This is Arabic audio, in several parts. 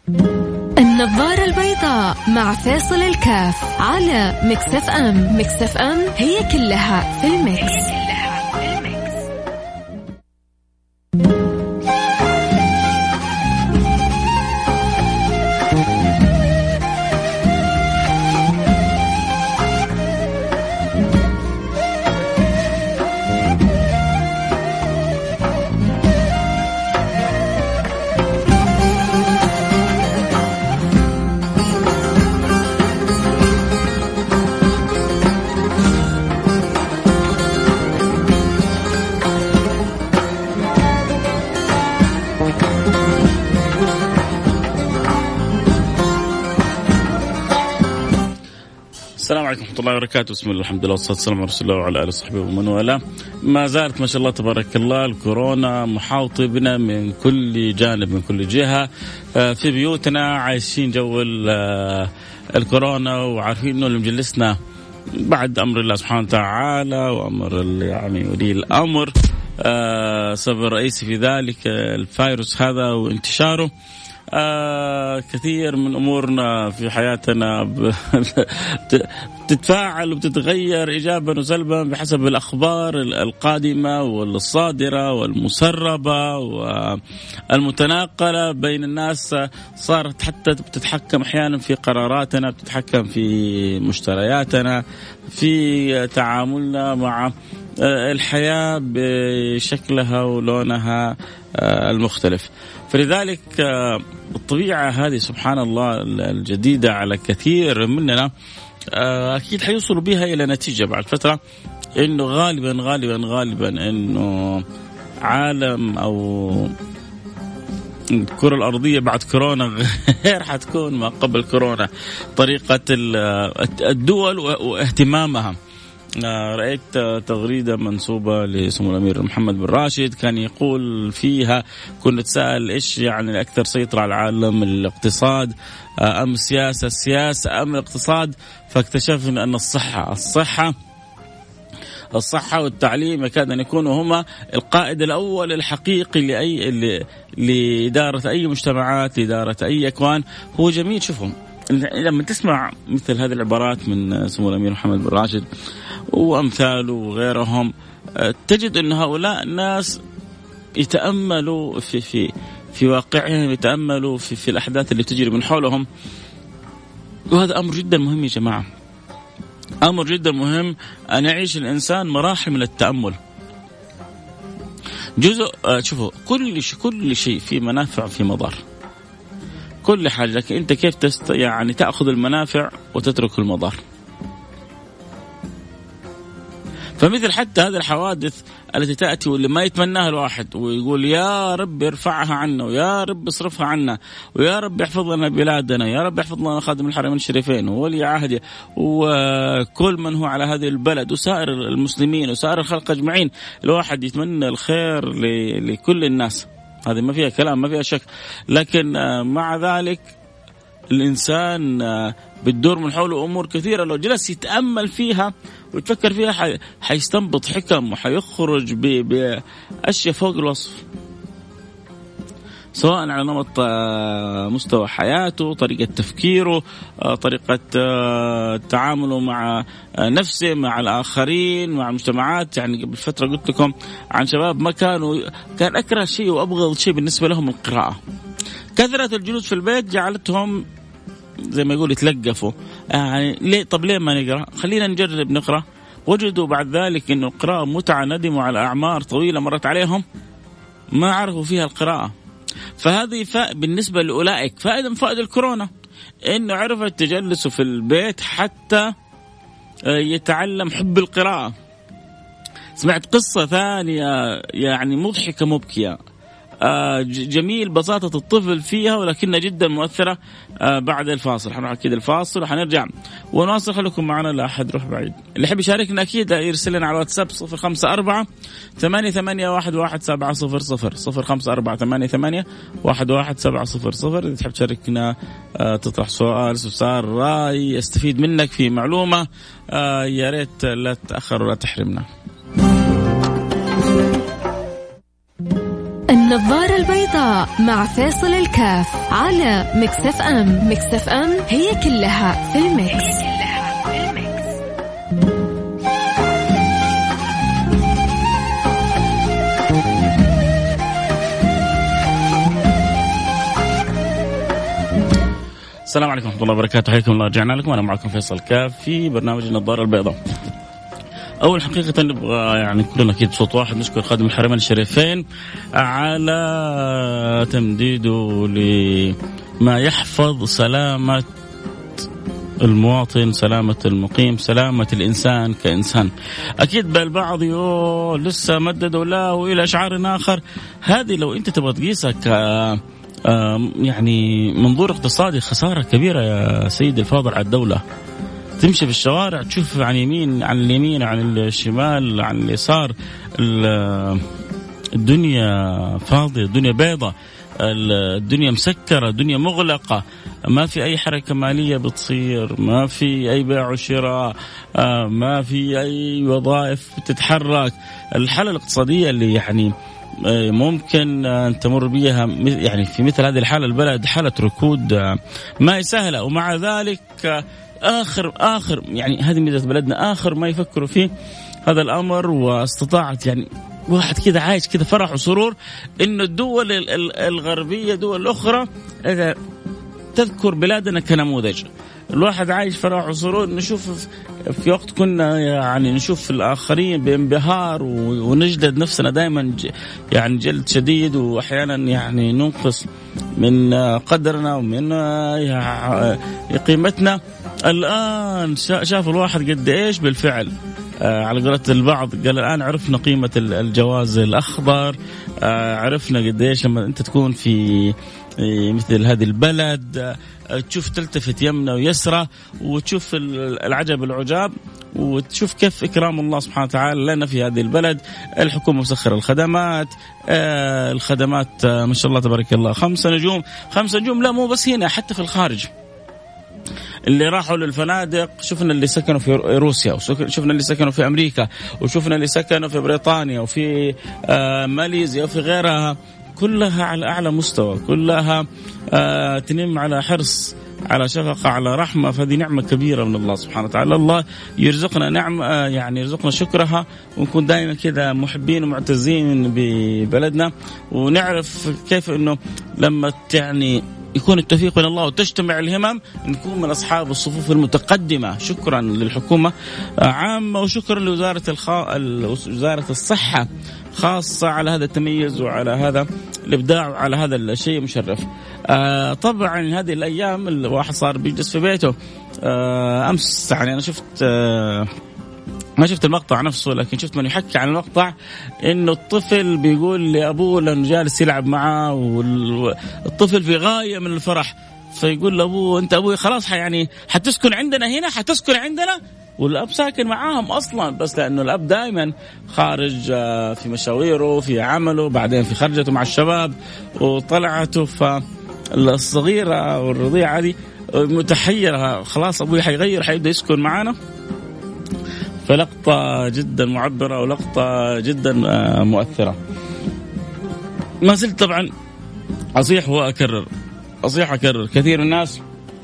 النظارة البيضاء مع فاصل الكاف على ميكس اف ام. ميكس اف ام هي كلها في الميكس. السلام عليكم ورحمة الله وبركاته. بسم الله الحمد لله والصلاة والسلام على رسول الله وعلى آله وصحبه ومن والاه. ما زالت ما شاء الله تبارك الله الكورونا محاوطة بنا من كل جانب من كل جهة. في بيوتنا عايشين جو الكورونا وعارفين إنه اللي مجلسنا بعد أمر الله سبحانه وتعالى وأمر يعني ولي الأمر سبب رئيسي في ذلك الفيروس هذا وانتشاره. كثير من أمورنا في حياتنا بتتفاعل وبتتغير إيجابا وسلبا بحسب الأخبار القادمة والصادرة والمسربة والمتناقلة بين الناس. صارت حتى بتتحكم أحيانا في قراراتنا، بتتحكم في مشترياتنا، في تعاملنا مع الحياة بشكلها ولونها المختلف. فلذلك الطبيعة هذه سبحان الله الجديدة على كثير مننا أكيد حيوصلوا بها إلى نتيجة بعد فترة، إنه غالبا إنه عالم أو الكرة الأرضية بعد كورونا غير حتكون ما قبل كورونا. طريقة الدول واهتمامها. رأيت تغريدة منسوبة لسمو الأمير محمد بن راشد كان يقول فيها، كنت سأل إيش يعني الأكثر سيطرة على العالم، الاقتصاد أم السياسة أم الاقتصاد؟ فاكتشفنا أن الصحة والتعليم يكاد أن يكونوا هما القائد الأول الحقيقي لإدارة أي مجتمعات، لإدارة أي أكوان. هو جميل. شوفهم لما تسمع مثل هذه العبارات من سمو الأمير محمد بن راشد وأمثاله وغيرهم، تجد أن هؤلاء الناس يتأملوا في واقعهم، يتأملوا في الأحداث اللي تجري من حولهم. وهذا أمر جدا مهم يا جماعة، أمر جدا مهم أن يعيش الإنسان مراحل من التأمل. جزء شوفوا كل شيء في منافع في مضار، كل حاجة، لكن أنت كيف يعني تأخذ المنافع وتترك المضار. فمثل حتى هذه الحوادث التي تأتي واللي ما يتمناها الواحد ويقول يا رب ارفعها عنا ويا رب اصرفها عنا ويا رب احفظ لنا بلادنا، يا رب احفظ لنا خادم الحرمين الشريفين وولي عهده وكل من هو على هذه البلد وسائر المسلمين وسائر الخلق أجمعين. الواحد يتمنى الخير لكل الناس، هذه ما فيها كلام ما فيها شك. لكن مع ذلك الإنسان بتدور من حوله أمور كثيرة، لو جلس يتأمل فيها ويتفكر فيها حيستنبط حكم وحيخرج بأشياء فوق الوصف، سواء على نمط مستوى حياته، طريقة تفكيره، طريقة تعامله مع نفسه، مع الآخرين، مع المجتمعات. يعني قبل فترة قلت لكم عن شباب ما كان أكره شيء وأبغض شيء بالنسبة لهم القراءة. كثرة الجلوس في البيت جعلتهم زي ما يقول يتلقفوا، يعني ليه ما نقرأ، خلينا نجرب نقرأ. وجدوا بعد ذلك إنه القراءة متعة، ندموا على أعمار طويلة مرت عليهم ما عرفوا فيها القراءة. فهذه بالنسبة لأولئك فائدة من فائدة الكورونا، إنه عرفت تجلسوا في البيت حتى يتعلم حب القراءة. سمعت قصة ثانية يعني مضحكة مبكية، جميل بساطة الطفل فيها ولكنها جدا مؤثرة. بعد الفاصل حنروح أكيد الفاصل وحنرجع ونواصل. خليكم معنا، لا أحد يروح بعيد. اللي يحب يشاركنا أكيد يرسل لنا على واتساب 0548811700 0548811700. إذا تحب تشاركنا تطرح سؤال استفسار رأي يستفيد منك في معلومة، يا ريت لا تأخر ولا تحرمنا. النظارة البيضاء مع فيصل الكاف على مكسف أم. مكسف أم هي كلها في الميكس. السلام عليكم ورحمة الله وبركاته، حياكم الله. رجعنا لكم، أنا معكم فيصل كاف في برنامج النظارة البيضاء. أول حقيقة نبغى يعني كلنا أكيد بصوت واحد نشكر خادم الحرمين الشريفين على تمديده لما يحفظ سلامة المواطن، سلامة المقيم، سلامة الإنسان كإنسان. أكيد بالبعض لسه مددوا له وإلى أشعار آخر. هذه لو أنت تبغى تقيسها يعني منظور اقتصادي خسارة كبيرة يا سيد الفاضل على الدولة. تمشي في الشوارع تشوف عن يمين عن اليمين عن الشمال عن اليسار الدنيا فاضية، الدنيا بيضة، الدنيا مسكرة، الدنيا مغلقة، ما في أي حركة مالية بتصير، ما في أي بيع وشراء، ما في أي وظائف بتتحرك. الحالة الاقتصادية اللي يعني ممكن أن تمر بها يعني في مثل هذه الحالة البلد حالة ركود ما هي سهلة. ومع ذلك آخر يعني هذه ميزة بلدنا، آخر ما يفكروا فيه هذا الأمر، واستطاعت يعني واحد كذا عايش كذا فرح وسرور إنه الدول الغربية دول الأخرى تذكر بلادنا كنموذج. الواحد عايش فرح وسرور. نشوف في وقت كنا يعني نشوف الآخرين بانبهار ونجلد نفسنا دائما يعني جلد شديد، وأحيانا يعني ننقص من قدرنا ومن قيمتنا. الآن شاف الواحد قد إيش بالفعل، على قولة البعض قال الآن عرفنا قيمة الجواز الأخضر، عرفنا قد إيش لما أنت تكون في مثل هذه البلد تشوف تلتفت يمنى ويسرى وتشوف العجب العجاب، وتشوف كيف إكرام الله سبحانه وتعالى لنا في هذه البلد. الحكومة مسخرة الخدمات ما شاء الله تبارك الله 5 نجوم 5 نجوم. لا مو بس هنا، حتى في الخارج اللي راحوا للفنادق شفنا اللي سكنوا في روسيا، وشفنا اللي سكنوا في أمريكا، وشفنا اللي سكنوا في بريطانيا وفي ماليزيا وفي غيرها، كلها على أعلى مستوى، كلها تنم على حرص، على شفقة، على رحمة. فهذه نعمة كبيرة من الله سبحانه وتعالى. الله يرزقنا نعمة يعني يرزقنا شكرها، ونكون دائما كذا محبين ومعتزين ببلدنا، ونعرف كيف إنه لما يعني يكون التوفيق من الله وتجتمع الهمم نكون من أصحاب الصفوف المتقدمة. شكرا للحكومة عامة، وشكرا لوزارة وزارة الصحة خاصة على هذا التميز وعلى هذا الإبداع وعلى هذا الشيء مشرف. طبعا هذه الأيام الواحد صار بيجلس في بيته. أمس يعني أنا شفت ما شفت المقطع نفسه، لكن شفت من يحكي عن المقطع إنه الطفل بيقول لأبوه لأنه جالس يلعب معه، والطفل في غاية من الفرح، فيقول لأبوه أنت أبوي خلاص يعني حتسكن عندنا هنا، حتسكن عندنا. والأب ساكن معاهم أصلا، بس لأنه الأب دائما خارج في مشاويره في عمله، بعدين في خرجته مع الشباب وطلعته، فالصغيرة والرضيعة هذه متحيرة خلاص أبوي حيغير حيبدأ يسكن معانا. فلقطة جدا معبرة ولقطة جدا مؤثرة. ما زلت طبعا أصيح وأكرر كثير من الناس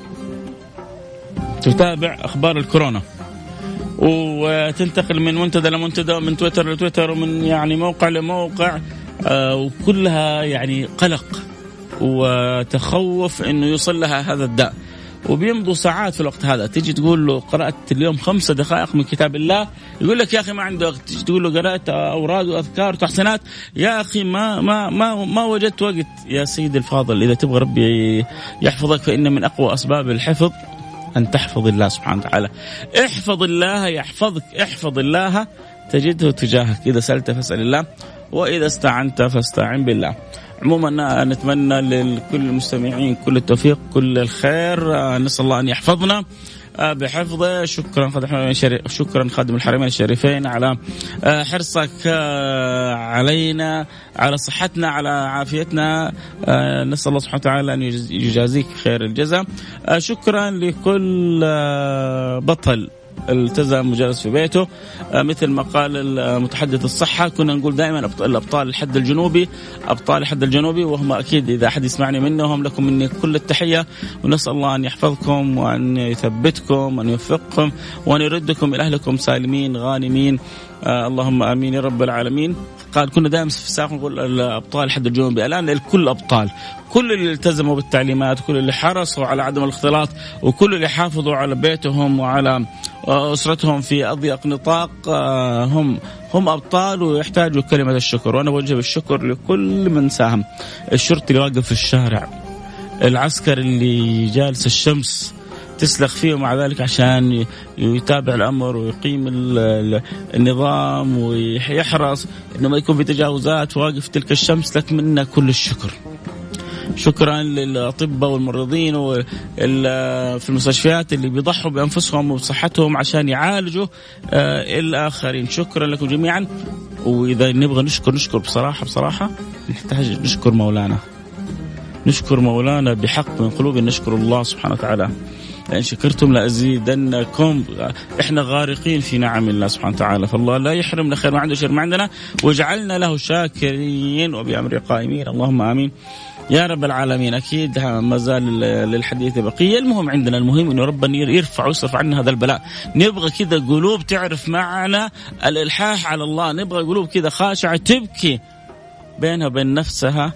تتابع أخبار الكورونا وتنتقل من منتدى لمنتدى ومن تويتر لتويتر ومن يعني موقع لموقع، وكلها يعني قلق وتخوف إنه يوصل لها هذا الداء. وبيمضوا ساعات في الوقت هذا، تيجي تقول له قرأت اليوم 5 دقائق من كتاب الله، يقول لك يا أخي ما عنده وقت. تيجي تقول له قرأت أوراد وأذكار وتحسينات، يا أخي ما وجدت وقت. يا سيد الفاضل، إذا تبغى ربي يحفظك فإن من أقوى أسباب الحفظ أن تحفظ الله سبحانه وتعالى. احفظ الله يحفظك، احفظ الله تجده تجاهك. إذا سألت فاسأل الله، وإذا استعنت فاستعن بالله. عموما نتمنى لكل المستمعين كل التوفيق كل الخير، نسأل الله أن يحفظنا بحفظه. شكرا خادم الحرمين الشريفين على حرصك علينا، على صحتنا، على عافيتنا. نسأل الله سبحانه وتعالى أن يجازيك خير الجزاء. شكرا لكل بطل التزم وجلس في بيته. مثل ما قال المتحدث الصحة، كنا نقول دائما الأبطال الحد الجنوبي، أبطال الحد الجنوبي، وهم أكيد إذا أحد يسمعني منهم لكم مني كل التحية، ونسأل الله أن يحفظكم وأن يثبتكم وأن يوفقكم وأن يردكم إلى أهلكم سالمين غانمين، اللهم آمين يا رب العالمين. قال كنا دائما في الساق نقول الأبطال الحد الجنوبي، الآن الكل أبطال، كل اللي التزموا بالتعليمات، كل اللي حرصوا على عدم الاختلاط، وكل اللي حافظوا على بيتهم وعلى أسرتهم في أضيق نطاق، هم أبطال ويحتاجوا كلمة الشكر. وأنا بوجه بالشكر لكل من ساهم، الشرطي اللي واقف في الشارع، العسكر اللي جالس الشمس تسلخ فيه مع ذلك عشان يتابع الأمر ويقيم النظام ويحرص إنه ما يكون في تجاوزات، واقف تلك الشمس، لك منا كل الشكر. شكرا للأطباء والممرضين في المستشفيات اللي بيضحوا بأنفسهم وبصحتهم عشان يعالجوا الآخرين. شكرا لكم جميعا. وإذا نبغى نشكر بصراحة نحتاج نشكر مولانا، نشكر مولانا بحق من قلوب، نشكر الله سبحانه وتعالى. إن شكرتم لأزيدنكم. إحنا غارقين في نعم الله سبحانه وتعالى، فالله لا يحرمنا خير ما عنده شر ما عندنا، وجعلنا له شاكرين وبأمر قائمين، اللهم آمين يا رب العالمين. أكيد ما زال للحديث بقية. المهم إنه ربنا يرفع ويصرف عنا هذا البلاء. نبغى كذا قلوب تعرف معنا الإلحاح على الله، نبغى قلوب كذا خاشعة تبكي بينها وبين نفسها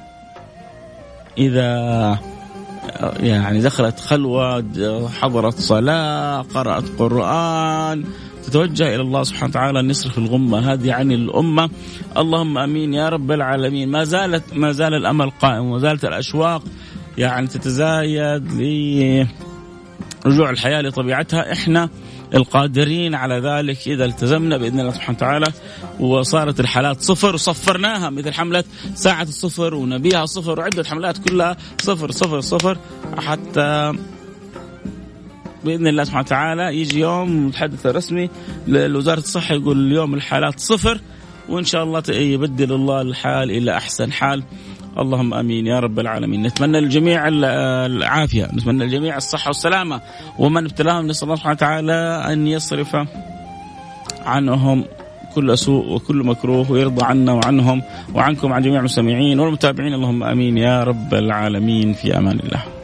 إذا يعني دخلت خلوة، حضرت صلاة، قرأت قرآن، تتوجه إلى الله سبحانه وتعالى أن يصرف الغمة هذه عن الأمة. اللهم آمين يا رب العالمين. ما زال الأمل قائم، وما زالت الأشواق يعني تتزايد لرجوع الحياة لطبيعتها. إحنا القادرين على ذلك إذا التزمنا بإذن الله سبحانه وتعالى، وصارت الحالات صفر وصفرناها، مثل حملة ساعة الصفر ونبيها صفر وعدة حملات كلها صفر صفر صفر، حتى بإذن الله سبحانه وتعالى يجي يوم المتحدث الرسمي لوزارة الصحة يقول اليوم الحالات صفر، وإن شاء الله يبدل الله الحال إلى أحسن حال. اللهم آمين يا رب العالمين. نتمنى للجميع العافية، نتمنى للجميع الصحة والسلامة، ومن ابتلاهم نسأل الله سبحانه وتعالى أن يصرف عنهم كل سوء وكل مكروه، ويرضى عنا وعنهم وعنكم وعن جميع المستمعين والمتابعين. اللهم آمين يا رب العالمين. في أمان الله.